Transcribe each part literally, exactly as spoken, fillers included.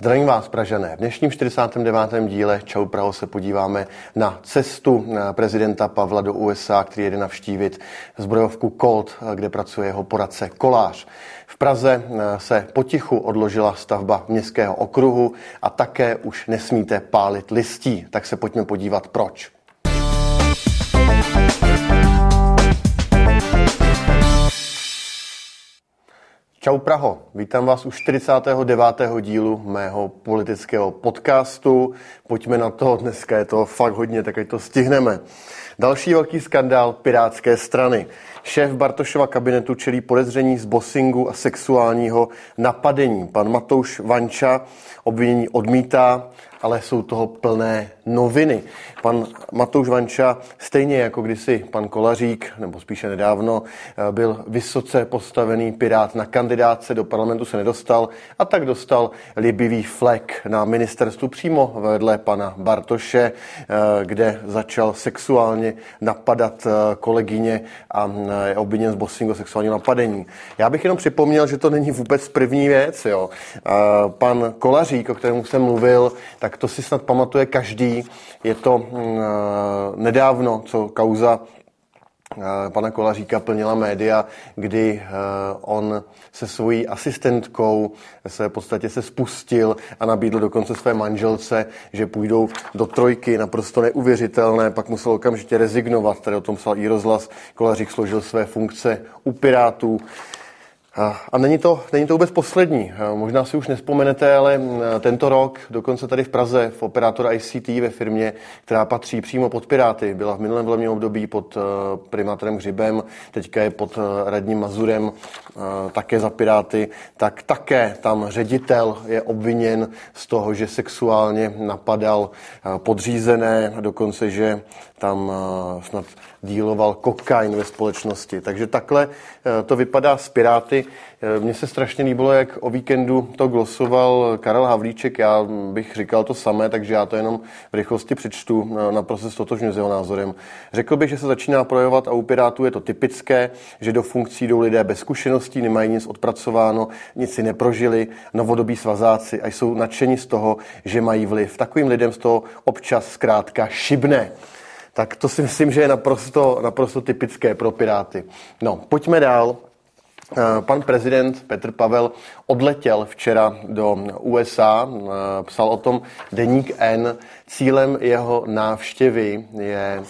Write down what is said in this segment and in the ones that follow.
Zdravím vás, Pražané. V dnešním čtyřicátém devátém díle Čau Praho se podíváme na cestu prezidenta Pavla do U S A, který jede navštívit zbrojovku Colt, kde pracuje jeho poradce Kolář. V Praze se potichu odložila stavba městského okruhu a také už nesmíte pálit listí. Tak se pojďme podívat, proč. Čau Praho, vítám vás u čtyřicátého devátého dílu mého politického podcastu. Pojďme na to, dneska je to fakt hodně, tak ať to stihneme. Další velký skandál Pirátské strany. Šéf Bartošova kabinetu čelí podezření z bossingu a sexuálního napadení. Pan Matouš Vanča obvinění odmítá, ale jsou toho plné noviny. Pan Matouš Vanča, stejně jako kdysi pan Kolařík, nebo spíše nedávno, byl vysoce postavený pirát na kandidátce, do parlamentu se nedostal a tak dostal libivý flek na ministerstvu přímo vedle pana Bartoše, kde začal sexuálně napadat kolegyně a je obviněn z bossingu sexuálního napadení. Já bych jenom připomněl, že to není vůbec první věc. Jo. Pan Kolařík, o kterém jsem mluvil, tak to si snad pamatuje každý. Je to uh, nedávno, co kauza uh, pana Kolaříka plnila média, kdy uh, on se svojí asistentkou se v podstatě se spustil a nabídl dokonce své manželce, že půjdou do trojky, naprosto neuvěřitelné, pak musel okamžitě rezignovat, tady o tom psal iRozhlas. Kolařík složil své funkce u Pirátů. A není to, není to vůbec poslední. Možná si už nevzpomenete, ale tento rok dokonce tady v Praze v operátora I C T ve firmě, která patří přímo pod Piráty, byla v minulém volebním období pod primátorem Hřibem, teďka je pod radním Mazurem, také za Piráty, tak také tam ředitel je obviněn z toho, že sexuálně napadal podřízené, dokonce, že tam snad díloval kokain ve společnosti. Takže takhle to vypadá s Piráty. Mně se strašně líbilo, jak o víkendu to glosoval Karel Havlíček. Já bych říkal to samé, takže já to jenom v rychlosti přečtu, naprosto stotožňuji s jeho názorem. Řekl bych, že se začíná projevovat a u Pirátů je to typické, že do funkcí jdou lidé bez zkušeností, nemají nic odpracováno, nic si neprožili, novodobí svazáci a jsou nadšení z toho, že mají vliv. Takovým lidem z toho občas zkrátka šibne. Tak to si myslím, že je naprosto, naprosto typické pro Piráty. No, pojďme dál. Pan prezident Petr Pavel odletěl včera do U S A, psal o tom deník N. Cílem jeho návštěvy je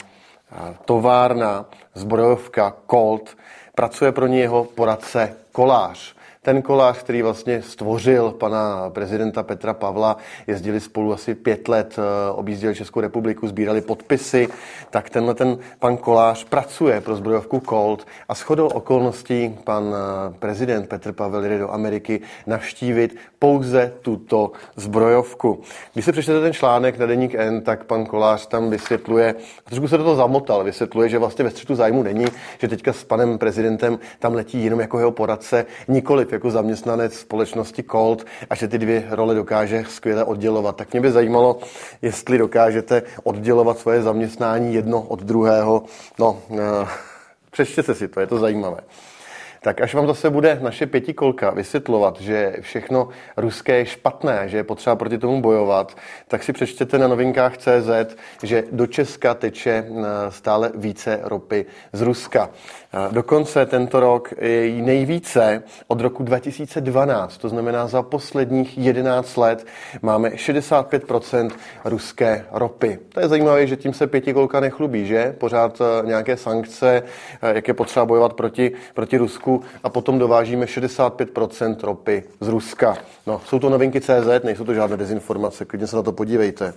továrna, zbrojovka Colt. Pracuje pro ní jeho poradce Kolář. Ten Kolář, který vlastně stvořil pana prezidenta Petra Pavla, jezdili spolu asi pět let, objížděli Českou republiku, sbírali podpisy, tak tenhle ten pan Kolář pracuje pro zbrojovku Colt a shodou okolností pan prezident Petr Pavel jde do Ameriky navštívit pouze tuto zbrojovku. Když se přečtete ten článek na deník N, tak pan Kolář tam vysvětluje, a trošku se do toho zamotal, vysvětluje, že vlastně ve střetu zájmu není, že teďka s panem prezidentem tam letí jenom jako jeho poradce, nikoliv jako zaměstnanec společnosti Colt a že ty dvě role dokáže skvěle oddělovat. Tak mě by zajímalo, jestli dokážete oddělovat svoje zaměstnání jedno od druhého. No, přečtěte si to, je to zajímavé. Tak až vám zase bude naše pětikolka vysvětlovat, že všechno ruské je špatné, že je potřeba proti tomu bojovat, tak si přečtěte na novinkách tečka cé zet, že do Česka teče stále více ropy z Ruska. Dokonce tento rok je nejvíce od roku dva tisíce dvanáct, to znamená za posledních jedenáct let máme šedesát pět procent ruské ropy. To je zajímavé, že tím se pětikolka nechlubí, že? Pořád nějaké sankce, jak je potřeba bojovat proti, proti Rusku, a potom dovážíme šedesát pět procent ropy z Ruska. No, jsou to novinky tečka cé zet, nejsou to žádné dezinformace, klidně se na to podívejte.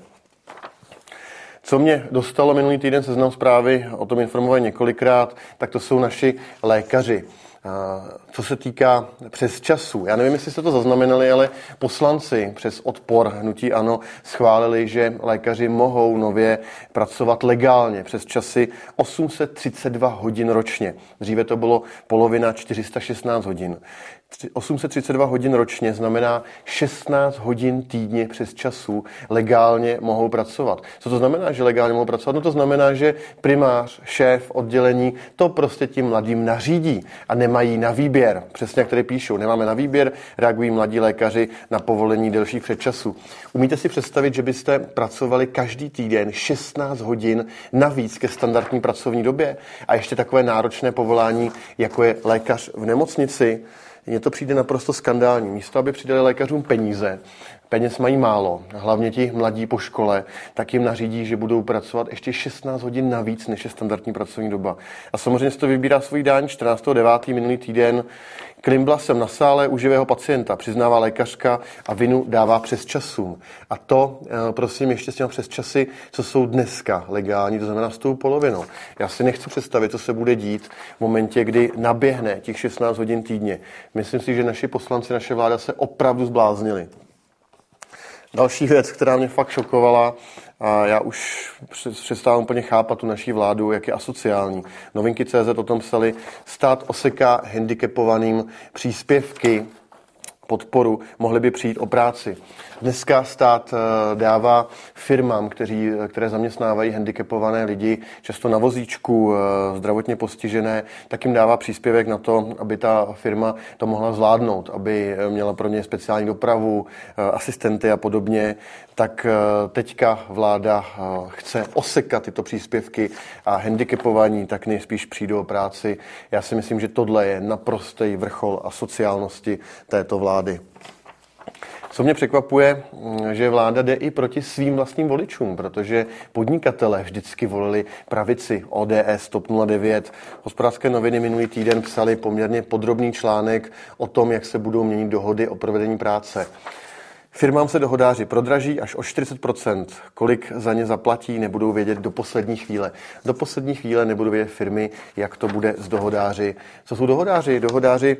Co mě dostalo minulý týden Seznam Zprávy, o tom informovali několikrát, tak to jsou naši lékaři. Co se týká přesčasů, já nevím, jestli jste to zaznamenali, ale poslanci přes odpor hnutí ANO schválili, že lékaři mohou nově pracovat legálně přes časy osm set třicet dva hodin ročně. Dříve to bylo polovina čtyři sta šestnáct hodin. osm set třicet dva hodin ročně znamená šestnáct hodin týdně přes času legálně mohou pracovat. Co to znamená, že legálně mohou pracovat? No to znamená, že primář, šéf oddělení to prostě tím mladým nařídí a nemají na výběr. Přesně jak tady píšou, nemáme na výběr, reagují mladí lékaři na povolení delších předčasů. Umíte si představit, že byste pracovali každý týden šestnáct hodin navíc ke standardní pracovní době a ještě takové náročné povolání, jako je lékař v nemocnici? Mně to přijde naprosto skandální. Místo, aby přidali lékařům peníze, peněz mají málo, hlavně ti mladí po škole, tak jim nařídí, že budou pracovat ještě šestnáct hodin navíc, než je standardní pracovní doba. A samozřejmě si to vybírá svůj daň. čtrnáctého devátého minulý týden klimbla jsem na sále u živého pacienta, přiznává lékařka a vinu dává přes časům. A to, prosím, ještě s těmi přes časy, co jsou dneska legální, to znamená s tou polovinou. Já si nechci představit, co se bude dít v momentě, kdy naběhne těch šestnáct hodin týdně. Myslím si, že naši poslanci, naše vláda se opravdu zbláznili. Další věc, která mě fakt šokovala, a já už přestávám úplně chápat tu naší vládu, jak je asociální. Novinky tečka cé zet o tom psali, stát oseká handicapovaným příspěvky, podporu, mohli by přijít o práci. Dneska stát dává firmám, kteří, které zaměstnávají handicapované lidi, často na vozíčku, zdravotně postižené, tak jim dává příspěvek na to, aby ta firma to mohla zvládnout, aby měla pro ně speciální dopravu, asistenty a podobně. Tak teďka vláda chce osekat tyto příspěvky a handicapovaní tak nejspíš přijdou o práci. Já si myslím, že tohle je naprostý vrchol asociálnosti této vlády. Co mě překvapuje, že vláda jde i proti svým vlastním voličům, protože podnikatelé vždycky volili pravici, O D S, TOP nula devět. Hospodářské noviny minulý týden psali poměrně podrobný článek o tom, jak se budou měnit dohody o provedení práce. Firmám se dohodáři prodraží až o čtyřicet procent. Kolik za ně zaplatí, nebudou vědět do poslední chvíle. Do poslední chvíle nebudou vědět firmy, jak to bude s dohodáři. Co jsou dohodáři? Dohodáři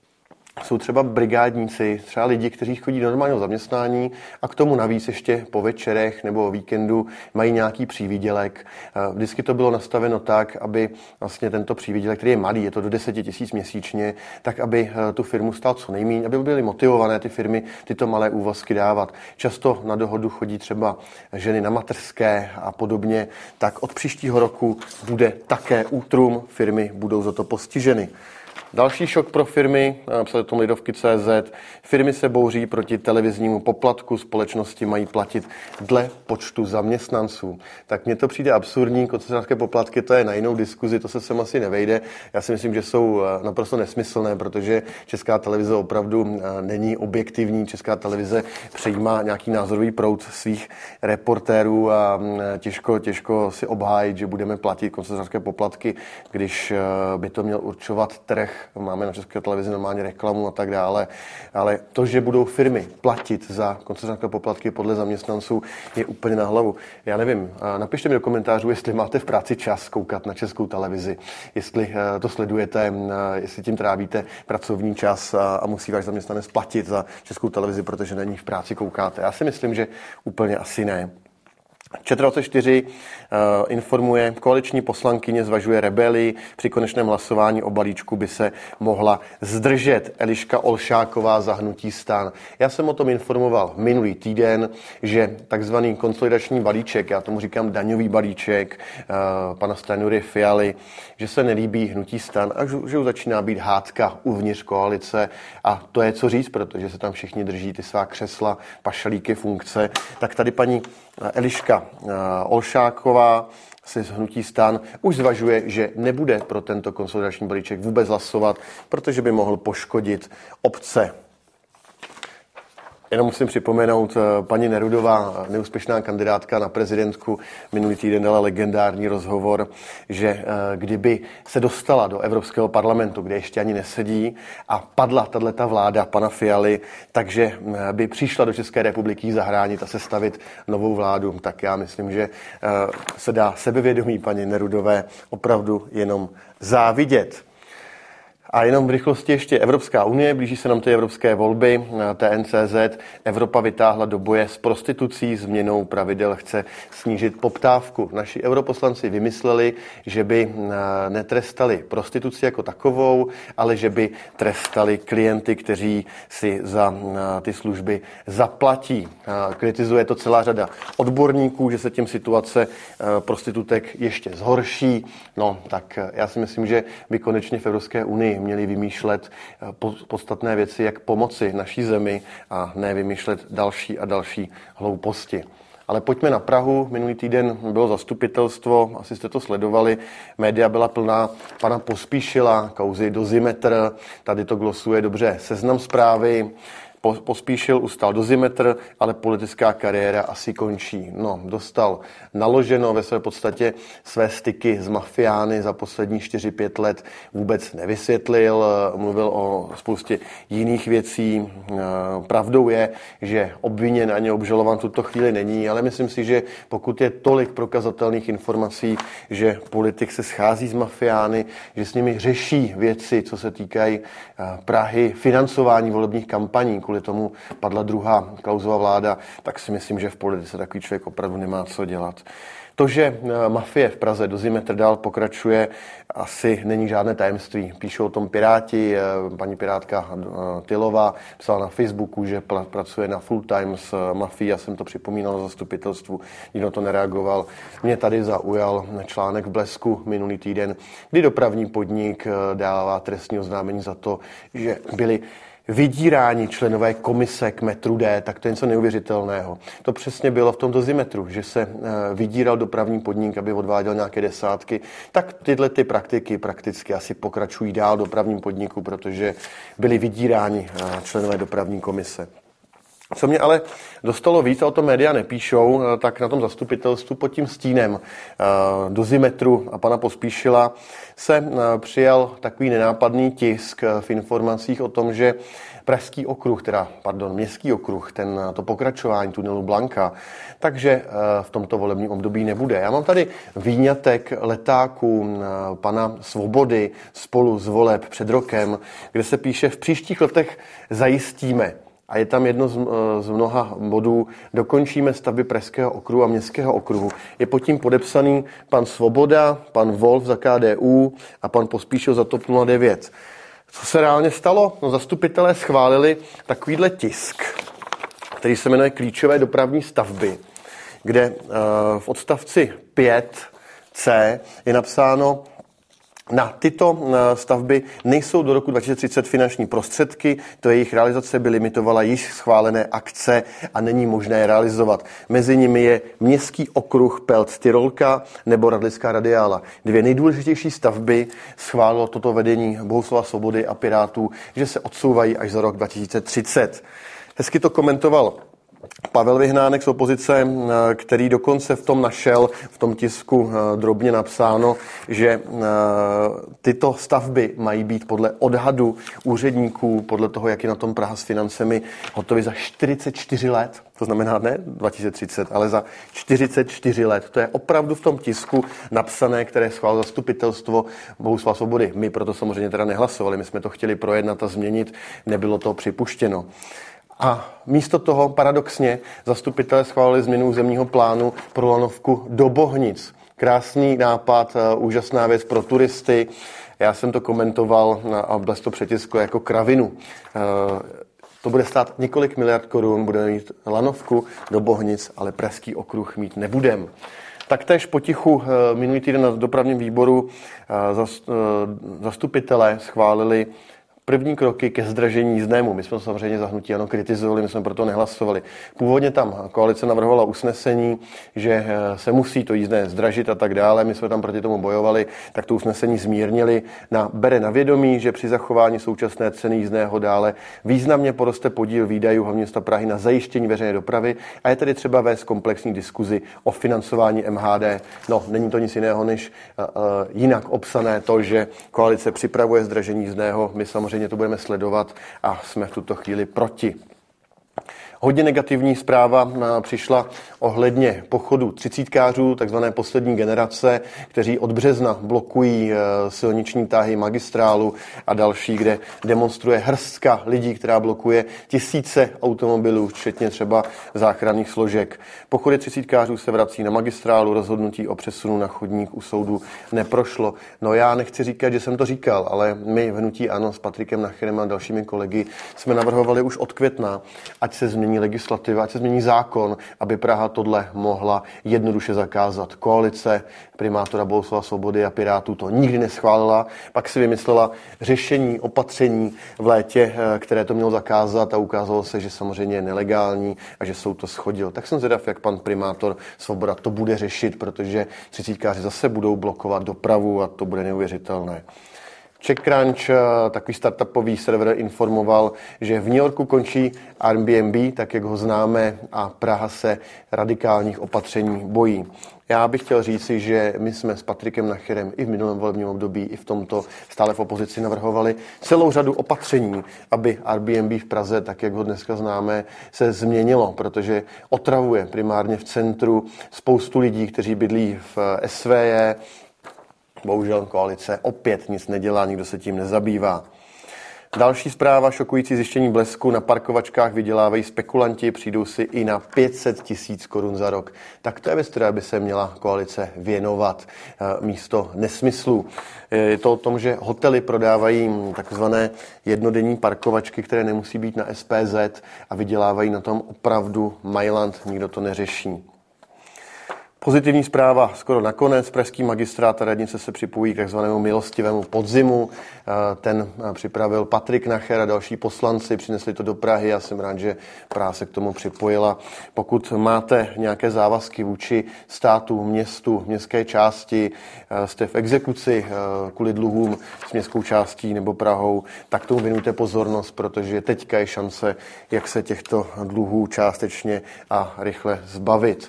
jsou třeba brigádníci, třeba lidi, kteří chodí do normálního zaměstnání a k tomu navíc ještě po večerech nebo o víkendu mají nějaký přívýdělek. Vždycky to bylo nastaveno tak, aby vlastně tento přívýdělek, který je malý, je to do deset tisíc měsíčně, tak aby tu firmu stál co nejméně, aby byly motivované ty firmy tyto malé úvazky dávat. Často na dohodu chodí třeba ženy na mateřské a podobně, tak od příštího roku bude také útrum, firmy budou za to postiženy. Další šok pro firmy, napsali tom Lidovky tečka cé zet, firmy se bouří proti televiznímu poplatku, společnosti mají platit dle počtu zaměstnanců. Tak mně to přijde absurdní, koncesionářské poplatky, to je na jinou diskuzi, to se sem asi nevejde. Já si myslím, že jsou naprosto nesmyslné, protože Česká televize opravdu není objektivní. Česká televize přejímá nějaký názorový proud svých reportérů a těžko, těžko si obhájit, že budeme platit koncesionářské poplatky, když by to měl určovat trh. Máme na České televizi normálně reklamu a tak dále, ale to, že budou firmy platit za koncesionářské poplatky podle zaměstnanců, je úplně na hlavu. Já nevím, napište mi do komentářů, jestli máte v práci čas koukat na Českou televizi, jestli to sledujete, jestli tím trávíte pracovní čas a musí váš zaměstnanec platit za Českou televizi, protože na ní v práci koukáte. Já si myslím, že úplně asi ne. ČT dvacet čtyři uh, informuje, koaliční poslankyně zvažuje rebelii, při konečném hlasování o balíčku by se mohla zdržet. Eliška Olšáková za hnutí STAN. Já jsem o tom informoval minulý týden, že takzvaný konsolidační balíček, já tomu říkám daňový balíček uh, pana Stanjury, Fialy, že se nelíbí hnutí STAN a že, že už začíná být hádka uvnitř koalice a to je co říct, protože se tam všichni drží ty svá křesla, pašalíky, funkce. Tak tady paní Eliška Olšáková si z hnutí STAN už zvažuje, že nebude pro tento konsolidační balíček vůbec hlasovat, protože by mohl poškodit obce. Jenom musím připomenout, paní Nerudová, neúspěšná kandidátka na prezidentku, minulý týden dala legendární rozhovor, že kdyby se dostala do Evropského parlamentu, kde ještě ani nesedí, a padla tato vláda pana Fialy, takže by přišla do České republiky zahránit a sestavit novou vládu. Tak já myslím, že se dá sebevědomí paní Nerudové opravdu jenom závidět. A jenom v rychlosti ještě Evropská unie, blíží se nám ty evropské volby, T N C Z, Evropa vytáhla do boje s prostitucí, změnou pravidel chce snížit poptávku. Naši europoslanci vymysleli, že by netrestali prostituci jako takovou, ale že by trestali klienty, kteří si za ty služby zaplatí. Kritizuje to celá řada odborníků, že se tím situace prostitutek ještě zhorší. No, tak já si myslím, že by konečně v Evropské unii měli vymýšlet podstatné věci, jak pomoci naší zemi a ne vymýšlet další a další hlouposti. Ale pojďme na Prahu. Minulý týden bylo zastupitelstvo, asi jste to sledovali, média byla plná pana Pospíšila, kauzy Dozimetr, tady to glosuje dobře Seznam Zprávy. Pospíšil, ustal Dozimetr, ale politická kariéra asi končí. No, dostal naloženo ve své podstatě své styky s mafiány za poslední čtyři pět let vůbec nevysvětlil, mluvil o spoustě jiných věcí. Pravdou je, že obviněn ani obžalovan tuto chvíli není, ale myslím si, že pokud je tolik prokazatelných informací, že politik se schází s mafiány, že s nimi řeší věci, co se týkají Prahy, financování volebních kampaní, kvůli tomu padla druhá Klausova vláda, tak si myslím, že v politice takový člověk opravdu nemá co dělat. To, že mafie v Praze Dozimetr dál pokračuje, asi není žádné tajemství. Píšou o tom Piráti, paní pirátka Tylová psala na Facebooku, že pracuje na full time s mafií. Já jsem to připomínal na zastupitelstvu, nikdo to nereagoval. Mě tady zaujal článek v Blesku minulý týden, kdy dopravní podnik dává trestní oznámení za to, že byli vydírání členové komise k metru D, tak to je něco neuvěřitelného. To přesně bylo v tom Dozimetru, že se vydíral dopravní podnik, aby odváděl nějaké desátky. Tak tyhle ty praktiky prakticky asi pokračují dál dopravním podniku, protože byli vydíráni členové dopravní komise. Co mě ale dostalo víc, a o tom média nepíšou, tak na tom zastupitelstvu pod tím stínem Dozimetru a pana Pospíšila se přijal takový nenápadný tisk v informacích o tom, že Pražský okruh, teda, pardon, Městský okruh, ten, to pokračování tunelu Blanka, takže v tomto volebním období nebude. Já mám tady výňatek letáků pana Svobody spolu z voleb před rokem, kde se píše: v příštích letech zajistíme. A je tam jedno z, z mnoha bodů: dokončíme stavby Pražského okruhu a Městského okruhu. Je pod tím podepsaný pan Svoboda, pan Wolf za K D U a pan Pospíšil za TOP nula devět. Co se reálně stalo? No, zastupitelé schválili takovýhle tisk, který se jmenuje Klíčové dopravní stavby, kde uh, v odstavci pět C je napsáno: na tyto stavby nejsou do roku dva tisíce třicet finanční prostředky, to jejich realizace by limitovala již schválené akce a není možné realizovat. Mezi nimi je Městský okruh Pelt-Tyrolka nebo Radlická radiála. Dvě nejdůležitější stavby schválilo toto vedení Bohuslava Svobody a Pirátů, že se odsouvají až za rok dva tisíce třicet. Hezky to komentoval Pavel Vyhnánek z opozice, který dokonce v tom našel, v tom tisku drobně napsáno, že tyto stavby mají být podle odhadu úředníků, podle toho, jak je na tom Praha s financemi, hotovy za čtyřicet čtyři let. To znamená ne dva tisíce třicet, ale za čtyřicet čtyři let. To je opravdu v tom tisku napsané, které schválilo zastupitelstvo Bohuslava Svobody. My proto samozřejmě teda nehlasovali, my jsme to chtěli projednat a změnit, nebylo to připuštěno. A místo toho paradoxně zastupitelé schválili změnu územního plánu pro lanovku do Bohnic. Krásný nápad, úžasná věc pro turisty. Já jsem to komentoval a Blesk to přetiskl jako kravinu. To bude stát několik miliard korun, budeme mít lanovku do Bohnic, ale Pražský okruh mít nebudem. Taktéž potichu minulý týden na dopravním výboru zastupitelé schválili první kroky ke zdražení jízdnému. My jsme to samozřejmě za hnutí ANO kritizovali, my jsme proto nehlasovali. Původně tam koalice navrhovala usnesení, že se musí to jízdné zdražit a tak dále. My jsme tam proti tomu bojovali, tak to usnesení zmírnili na bere na vědomí, že při zachování současné ceny jízdného dále významně poroste podíl výdajů hlavního města Prahy na zajištění veřejné dopravy a je tedy třeba vést komplexní diskuzi o financování M H D. No, není to nic jiného než uh, uh, jinak obsané to, že koalice připravuje zdražení jízdného. My samozřejmě to budeme sledovat a jsme v tuto chvíli proti. Hodně negativní zpráva přišla ohledně pochodu třicítkářů, takzvané poslední generace, kteří od března blokují silniční tahy, magistrálu a další, kde demonstruje hrstka lidí, která blokuje tisíce automobilů, včetně třeba záchranných složek. Pochody třicítkářů se vrací na magistrálu, rozhodnutí o přesunu na chodník u soudu neprošlo. No já nechci říkat, že jsem to říkal, ale my v hnutí ANO s Patrikem Nacherem a dalšími kolegy jsme navrhovali už od května, ať se změní legislativa, ať se změní zákon, aby Praha tohle mohla jednoduše zakázat. Koalice primátora Bohuslava Svobody a Pirátů to nikdy neschválila, pak si vymyslela řešení, opatření v létě, které to mělo zakázat a ukázalo se, že samozřejmě je nelegální a že soud to shodil. Tak jsem zvědav, jak pan primátor Svoboda to bude řešit, protože třicítkáři zase budou blokovat dopravu a to bude neuvěřitelné. CzechCrunch, takový startupový server, informoval, že v New Yorku končí Airbnb, tak jak ho známe, a Praha se radikálních opatření bojí. Já bych chtěl říci, že my jsme s Patrikem Nacherem i v minulém volebním období, i v tomto stále v opozici navrhovali celou řadu opatření, aby Airbnb v Praze, tak jak ho dneska známe, se změnilo, protože otravuje primárně v centru spoustu lidí, kteří bydlí v S V J. Bohužel koalice opět nic nedělá, nikdo se tím nezabývá. Další zpráva, šokující zjištění Blesku: na parkovačkách vydělávají spekulanti, přijdou si i na pět set tisíc korun za rok. Tak to je věc, která by se měla koalice věnovat místo nesmyslů. Je to o tom, že hotely prodávají takzvané jednodenní parkovačky, které nemusí být na S P Z, a vydělávají na tom opravdu majlant, nikdo to neřeší. Pozitivní zpráva skoro nakonec. Pražský magistrát a radnice se připojí k takzvanému milostivému podzimu. Ten připravil Patrik Nacher a další poslanci, přinesli to do Prahy. Já jsem rád, že Praha se k tomu připojila. Pokud máte nějaké závazky vůči státu, městu, městské části, jste v exekuci kvůli dluhům s městskou částí nebo Prahou, tak tomu věnujte pozornost, protože teďka je šance, jak se těchto dluhů částečně a rychle zbavit.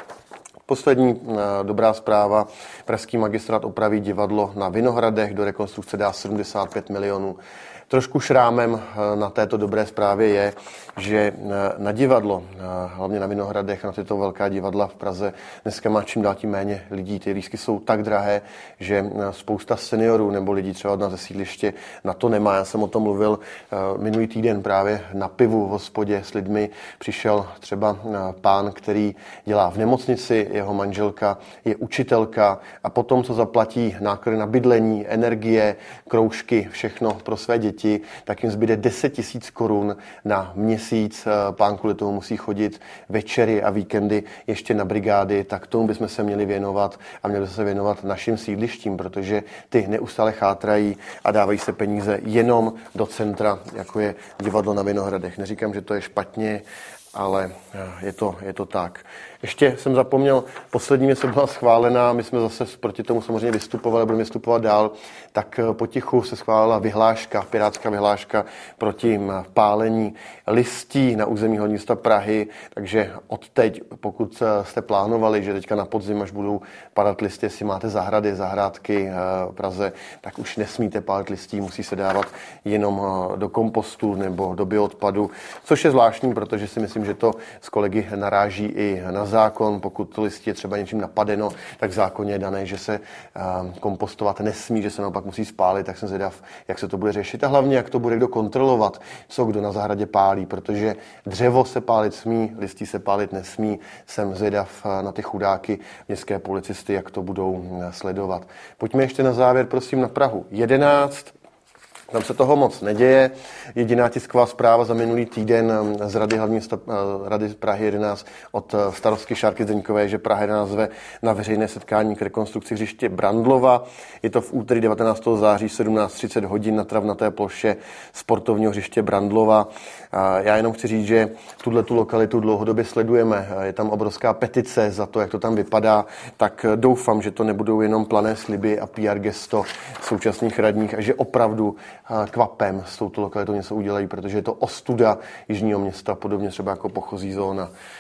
Poslední dobrá zpráva. Pražský magistrát opraví divadlo na Vinohradech, do rekonstrukce dá sedmdesát pět milionů. Trošku šrámem na této dobré zprávě je, že na divadlo, hlavně na Vinohradech, na tyto velká divadla v Praze, dneska má čím dál tím méně lidí. Ty lístky jsou tak drahé, že spousta seniorů nebo lidí třeba od nás ze sídliště na to nemá. Já jsem o tom mluvil minulý týden právě na pivu v hospodě s lidmi. Přišel třeba pán, který dělá v nemocnici, jeho manželka je učitelka a potom, co zaplatí náklady na bydlení, energie, kroužky, všechno pro své děti, tak jim zbyde deset tisíc korun na měsíc. Pán kvůli tomu musí chodit večery a víkendy ještě na brigády, tak tomu bychom se měli věnovat a měli se věnovat našim sídlištím, protože ty neustále chátrají a dávají se peníze jenom do centra, jako je divadlo na Vinohradech. Neříkám, že to je špatně, ale je to, je to tak. Ještě jsem zapomněl, poslední věc byla schválená, my jsme zase proti tomu samozřejmě vystupovali, budeme vystupovat dál, tak potichu se schválila vyhláška, pirátská vyhláška proti pálení listí na území hlavního města Prahy, takže odteď, pokud jste plánovali, že teďka na podzim, až budou padat listy, jestli máte zahrady, zahrádky v Praze, tak už nesmíte pálit listí, musí se dávat jenom do kompostu nebo do bioodpadu, což je zvláštní, protože si myslím, že to s kolegy naráží i na zákon. Pokud to listí je třeba něčím napadeno, tak v zákoně je dané, že se kompostovat nesmí, že se naopak musí spálit, tak jsem zvědav, jak se to bude řešit a hlavně, jak to bude kdo kontrolovat, co kdo na zahradě pálí, protože dřevo se pálit smí, listí se pálit nesmí. Jsem zvědav na ty chudáky městské policisty, jak to budou sledovat. Pojďme ještě na závěr, prosím, na Prahu jedenáct. Tam se toho moc neděje. Jediná tisková zpráva za minulý týden z Rady hlavní Rady Prahy jedenáct od starostky Šárky Zdeňkové, že Praha jedenáct zve na veřejné setkání k rekonstrukci hřiště Brandlova. Je to v úterý devatenáctého září sedmnáct třicet hodin na travnaté ploše sportovního hřiště Brandlova. Já jenom chci říct, že tuhletu lokalitu dlouhodobě sledujeme. Je tam obrovská petice za to, jak to tam vypadá, tak doufám, že to nebudou jenom plané sliby a P R gesto současných radních a že opravdu kvapem s touto lokalitou něco udělají, protože je to ostuda jižního města, podobně třeba jako pochozí zóna.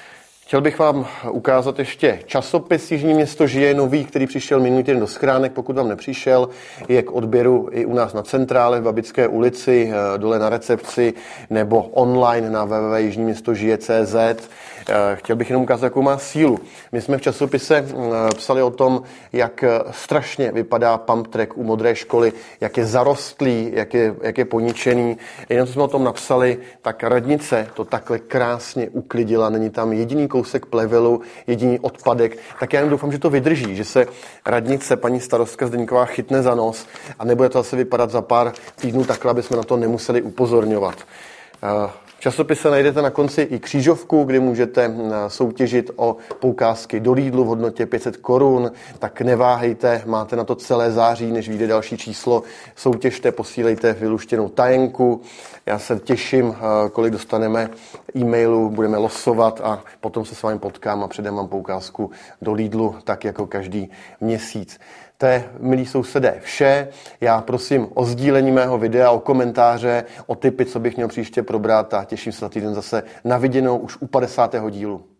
Chtěl bych vám ukázat ještě časopis Jižní Město žije, nový, který přišel minulý týden do schránek. Pokud vám nepřišel, je k odběru i u nás na centrále v Babické ulici, dole na recepci, nebo online na w w w tečka jižní město žije tečka c z. Chtěl bych jenom ukázat, jakou má sílu. My jsme v časopise psali o tom, jak strašně vypadá pump track u Modré školy, jak je zarostlý, jak je, jak je poničený. Jenom jsme o tom napsali, tak radnice to takhle krásně uklidila, není tam jediný kousek plevelu, jediný odpadek, tak já jen doufám, že to vydrží, že se radnice, paní starostka Zdeňková chytne za nos a nebude to zase vypadat za pár týdnů takhle, aby jsme na to nemuseli upozorňovat. V časopise najdete na konci i křížovku, kdy můžete soutěžit o poukázky do Lidlu v hodnotě pět set korun, tak neváhejte, máte na to celé září, než vyjde další číslo, soutěžte, posílejte vyluštěnou tajenku. Já se těším, kolik dostaneme e-mailu, budeme losovat a potom se s vámi potkám a předám vám poukázku do Lidlu, tak jako každý měsíc. To je, milí sousedé, vše. Já prosím o sdílení mého videa, o komentáře, o tipy, co bych měl příště probrat a těším se za týden zase na viděnou už u padesátého dílu.